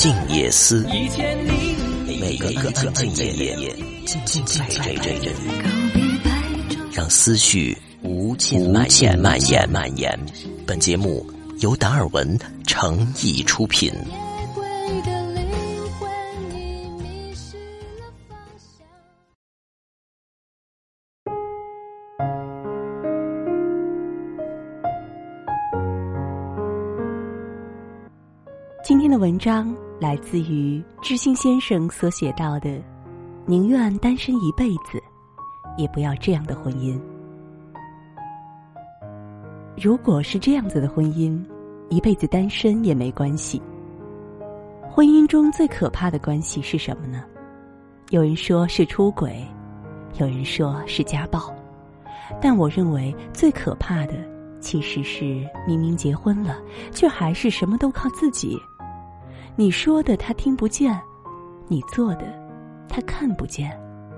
静夜思，每个安静的夜，静在这里，让思绪无尽蔓延。本节目由达尔文诚意出品。 今天的文章来自于知心先生所写到的，宁愿单身一辈子，也不要这样的婚姻。如果是这样子的婚姻，一辈子单身也没关系。婚姻中最可怕的关系是什么呢？有人说是出轨，有人说是家暴，但我认为最可怕的其实是明明结婚了，却还是什么都靠自己。你说的他听不见，你做的他看不见。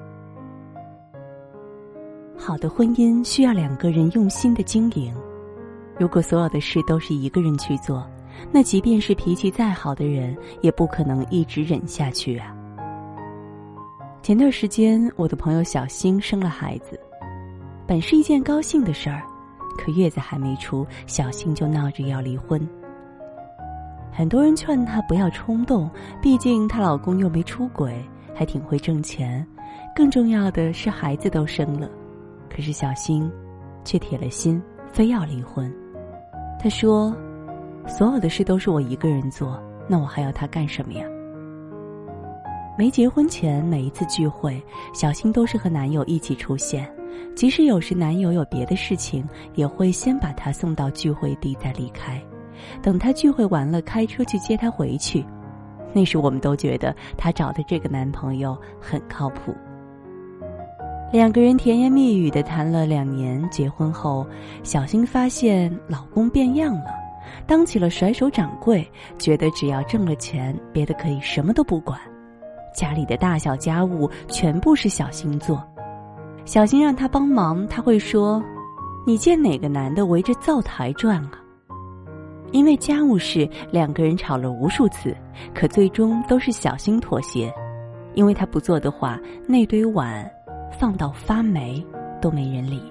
好的婚姻需要两个人用心的经营。如果所有的事都是一个人去做，那即便是脾气再好的人，也不可能一直忍下去啊。前段时间，我的朋友小星生了孩子，本是一件高兴的事儿，可月子还没出，小星就闹着要离婚。很多人劝她不要冲动，毕竟她老公又没出轨，还挺会挣钱，更重要的是孩子都生了。可是小星却铁了心非要离婚。她说，所有的事都是我一个人做，那我还要他干什么呀？没结婚前每一次聚会，小星都是和男友一起出现，即使有时男友有别的事情，也会先把她送到聚会地再离开，等她聚会完了开车去接她回去。那时我们都觉得她找的这个男朋友很靠谱。两个人甜言蜜语地谈了2年，结婚后小星发现老公变样了，当起了甩手掌柜，觉得只要挣了钱，别的可以什么都不管，家里的大小家务全部是小星做。小星让他帮忙，他会说，你见哪个男的围着灶台转啊？因为家务事两个人吵了无数次，可最终都是小星妥协，因为他不做的话，那堆碗放到发霉都没人理。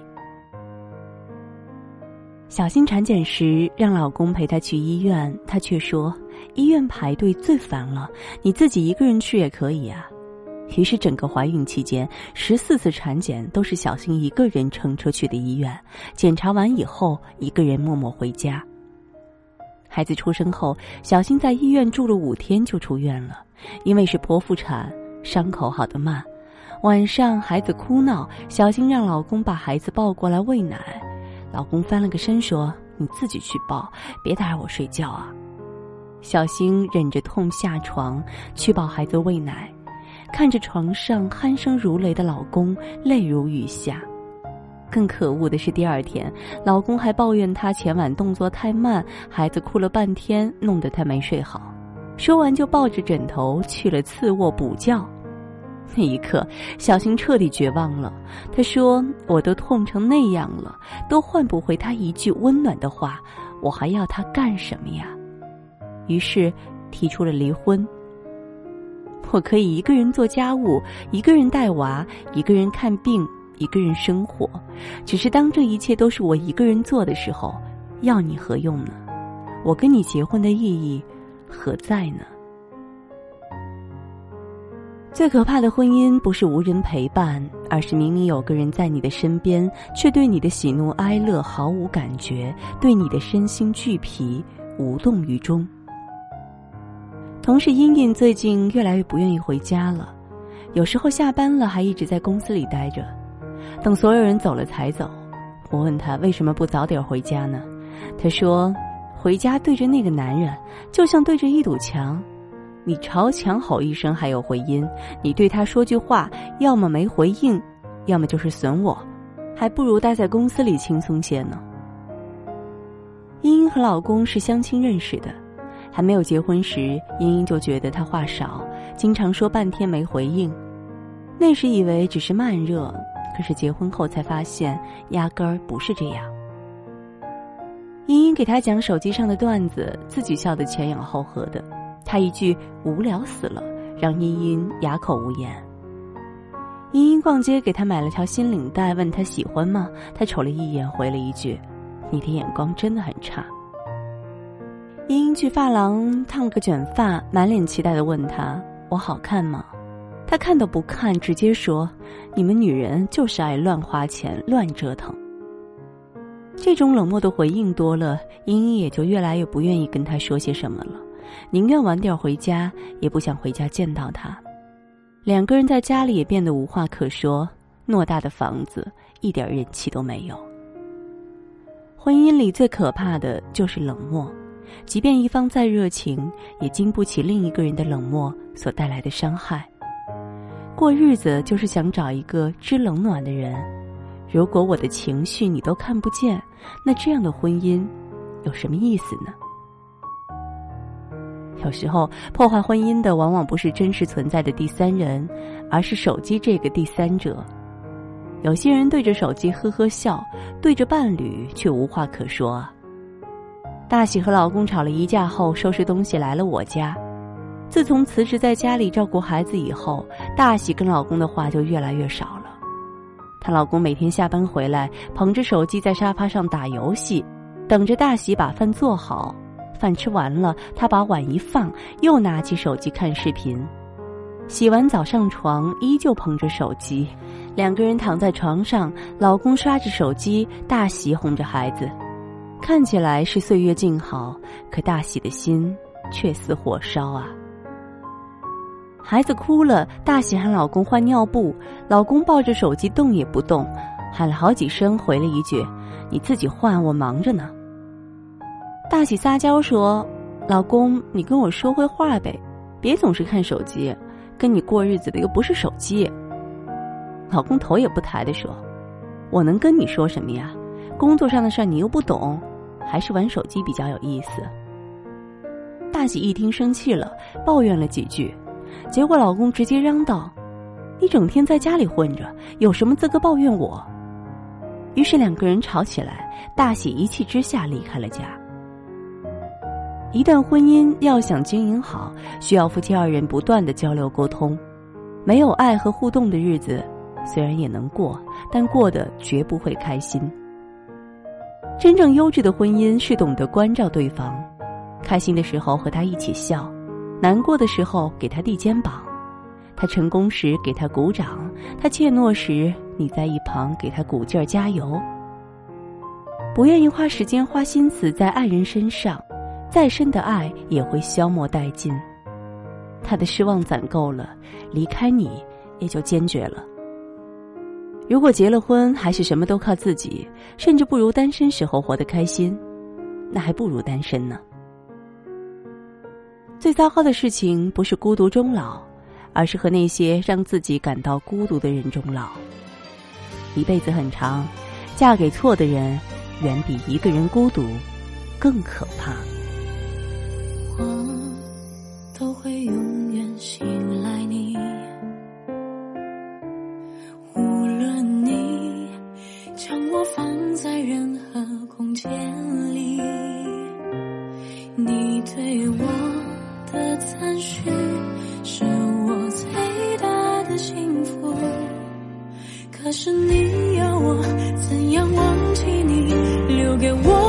小星产检时让老公陪她去医院，她却说医院排队最烦了，你自己一个人去也可以啊。于是整个怀孕期间14次产检都是小星一个人乘车去的医院，检查完以后一个人默默回家。孩子出生后，小星在医院住了5天就出院了，因为是剖腹产，伤口好得慢。晚上孩子哭闹，小星让老公把孩子抱过来喂奶，老公翻了个身说，你自己去抱，别打扰我睡觉啊。小星忍着痛下床去抱孩子喂奶，看着床上鼾声如雷的老公，泪如雨下。更可恶的是第2天，老公还抱怨她前晚动作太慢，孩子哭了半天，弄得她没睡好。说完就抱着枕头去了次卧补觉。那一刻小星彻底绝望了，她说，我都痛成那样了，都换不回他一句温暖的话，我还要他干什么呀？于是提出了离婚。我可以一个人做家务，一个人带娃，一个人看病，一个人生活，只是当这一切都是我一个人做的时候，要你何用呢？我跟你结婚的意义何在呢？最可怕的婚姻不是无人陪伴，而是明明有个人在你的身边，却对你的喜怒哀乐毫无感觉，对你的身心俱疲，无动于衷。同事茵茵最近越来越不愿意回家了，有时候下班了还一直在公司里待着，等所有人走了才走。我问他为什么不早点回家呢？他说，回家对着那个男人就像对着一堵墙，你朝墙吼一声还有回音，你对他说句话，要么没回应，要么就是损我，还不如待在公司里轻松些呢。茵茵和老公是相亲认识的，还没有结婚时，茵茵就觉得他话少，经常说半天没回应。那时以为只是慢热，可是结婚后才发现压根儿不是这样。茵茵给他讲手机上的段子，自己笑得前仰后合的。 他一句无聊死了，让茵茵哑口无言。茵茵逛街给他买了条新领带，问他喜欢吗？他瞅了一眼，回了一句：你的眼光真的很差。茵茵去发廊烫了个卷发，满脸期待地问他：我好看吗？他看都不看，直接说：你们女人就是爱乱花钱乱折腾。这种冷漠的回应多了，茵茵也就越来越不愿意跟他说些什么了，宁愿晚点回家，也不想回家见到他。两个人在家里也变得无话可说，偌大的房子一点人气都没有。婚姻里最可怕的就是冷漠，即便一方再热情，也经不起另一个人的冷漠所带来的伤害。过日子就是想找一个知冷暖的人，如果我的情绪你都看不见，那这样的婚姻有什么意思呢？有时候破坏婚姻的往往不是真实存在的第三人，而是手机这个第三者。有些人对着手机呵呵笑，对着伴侣却无话可说啊。大喜和老公吵了一架后，收拾东西来了我家。自从辞职在家里照顾孩子以后，大喜跟老公的话就越来越少了。她老公每天下班回来，捧着手机在沙发上打游戏，等着大喜把饭做好。饭吃完了，他把碗一放，又拿起手机看视频。洗完澡上床，依旧捧着手机。两个人躺在床上，老公刷着手机，大喜哄着孩子。看起来是岁月静好，可大喜的心却似火烧啊。孩子哭了，大喜喊老公换尿布，老公抱着手机动也不动，喊了好几声，回了一句：你自己换，我忙着呢。大喜撒娇说：老公，你跟我说会话呗，别总是看手机，跟你过日子的又不是手机。老公头也不抬地说：我能跟你说什么呀？工作上的事你又不懂，还是玩手机比较有意思。大喜一听生气了，抱怨了几句，结果老公直接嚷道：你整天在家里混着，有什么资格抱怨我？于是两个人吵起来，大喜一气之下离开了家。一段婚姻要想经营好，需要夫妻二人不断的交流沟通。没有爱和互动的日子，虽然也能过，但过得绝不会开心。真正优质的婚姻是懂得关照对方，开心的时候和他一起笑，难过的时候给他递肩膀，他成功时给他鼓掌，他怯懦时你在一旁给他鼓劲儿加油。不愿意花时间花心思在爱人身上，再深的爱也会消磨殆尽。他的失望攒够了，离开你也就坚决了。如果结了婚还是什么都靠自己，甚至不如单身时候活得开心，那还不如单身呢。最糟糕的事情不是孤独终老，而是和那些让自己感到孤独的人终老。一辈子很长，嫁给错的人远比一个人孤独更可怕。 我都会永远信赖你，无论你将我放在任何空间里，你对我的赞许是我最大的幸福。可是你要我怎样忘记你留给我